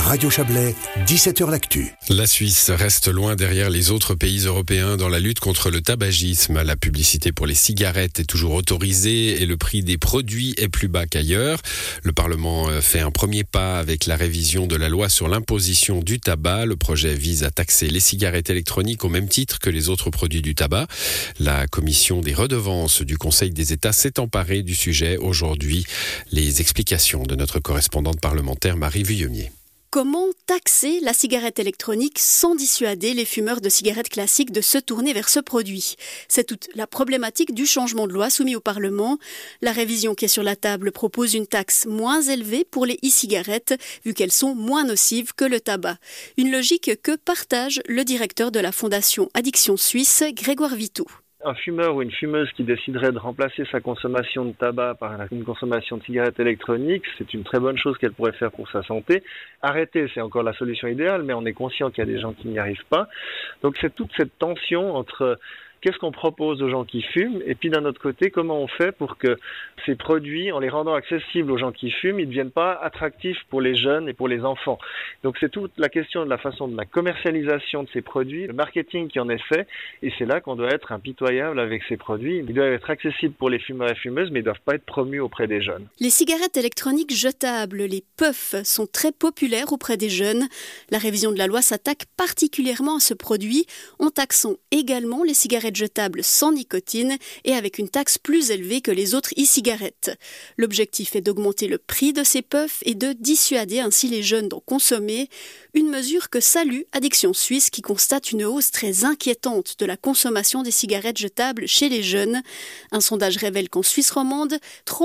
Radio Chablais, 17h l'actu. La Suisse reste loin derrière les autres pays européens dans la lutte contre le tabagisme. La publicité pour les cigarettes est toujours autorisée et le prix des produits est plus bas qu'ailleurs. Le Parlement fait un premier pas avec la révision de la loi sur l'imposition du tabac. Le projet vise à taxer les cigarettes électroniques au même titre que les autres produits du tabac. La commission des redevances du Conseil des États s'est emparée du sujet aujourd'hui. Les explications de notre correspondante parlementaire Marie Vuillemier. Comment taxer la cigarette électronique sans dissuader les fumeurs de cigarettes classiques de se tourner vers ce produit ? C'est toute la problématique du changement de loi soumis au Parlement. La révision qui est sur la table propose une taxe moins élevée pour les e-cigarettes, vu qu'elles sont moins nocives que le tabac. Une logique que partage le directeur de la Fondation Addiction Suisse, Grégoire Vitoux. Un fumeur ou une fumeuse qui déciderait de remplacer sa consommation de tabac par une consommation de cigarettes électroniques, c'est une très bonne chose qu'elle pourrait faire pour sa santé. Arrêter, c'est encore la solution idéale, mais on est conscient qu'il y a des gens qui n'y arrivent pas. Donc c'est toute cette tension entre qu'est-ce qu'on propose aux gens qui fument et puis d'un autre côté, comment on fait pour que ces produits, en les rendant accessibles aux gens qui fument, ils ne deviennent pas attractifs pour les jeunes et pour les enfants. Donc c'est toute la question de la façon de la commercialisation de ces produits, le marketing qui en est fait, et c'est là qu'on doit être impitoyable avec ces produits. Ils doivent être accessibles pour les fumeurs et fumeuses, mais ils ne doivent pas être promus auprès des jeunes. Les cigarettes électroniques jetables, les puffs, sont très populaires auprès des jeunes. La révision de la loi s'attaque particulièrement à ce produit, en taxant également les cigarettes jetables sans nicotine et avec une taxe plus élevée que les autres e-cigarettes. L'objectif est d'augmenter le prix de ces puffs et de dissuader ainsi les jeunes d'en consommer, une mesure que salue Addiction Suisse qui constate une hausse très inquiétante de la consommation des cigarettes jetables chez les jeunes. Un sondage révèle qu'en Suisse romande,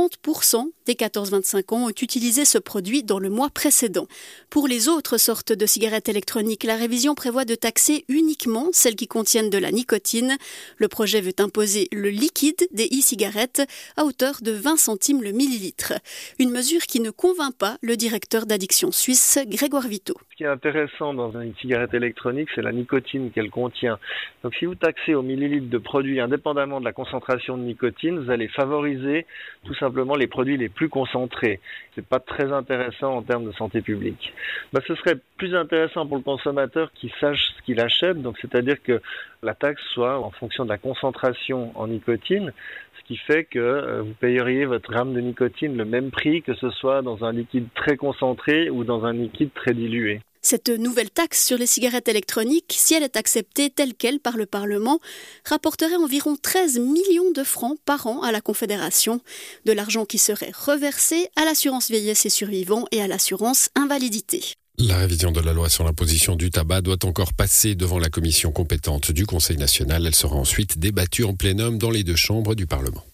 30% des 14-25 ans ont utilisé ce produit dans le mois précédent. Pour les autres sortes de cigarettes électroniques, la révision prévoit de taxer uniquement celles qui contiennent de la nicotine. Le projet veut imposer le liquide des e-cigarettes à hauteur de 20 centimes le millilitre. Une mesure qui ne convainc pas le directeur d'Addiction Suisse, Grégoire Vitoux. Ce qui est intéressant dans une cigarette électronique, c'est la nicotine qu'elle contient. Donc si vous taxez au millilitre de produits indépendamment de la concentration de nicotine, vous allez favoriser tout simplement les produits les plus concentrés. C'est pas très intéressant en termes de santé publique. Ce serait plus intéressant pour le consommateur qui sache ce qu'il achète, donc c'est-à-dire que la taxe soit en fonction de la concentration en nicotine, ce qui fait que vous payeriez votre gramme de nicotine le même prix que ce soit dans un liquide très concentré ou dans un liquide très dilué. Cette nouvelle taxe sur les cigarettes électroniques, si elle est acceptée telle qu'elle par le Parlement, rapporterait environ 13 millions de francs par an à la Confédération, de l'argent qui serait reversé à l'assurance vieillesse et survivants et à l'assurance invalidité. La révision de la loi sur l'imposition du tabac doit encore passer devant la commission compétente du Conseil national. Elle sera ensuite débattue en plénum dans les deux chambres du Parlement.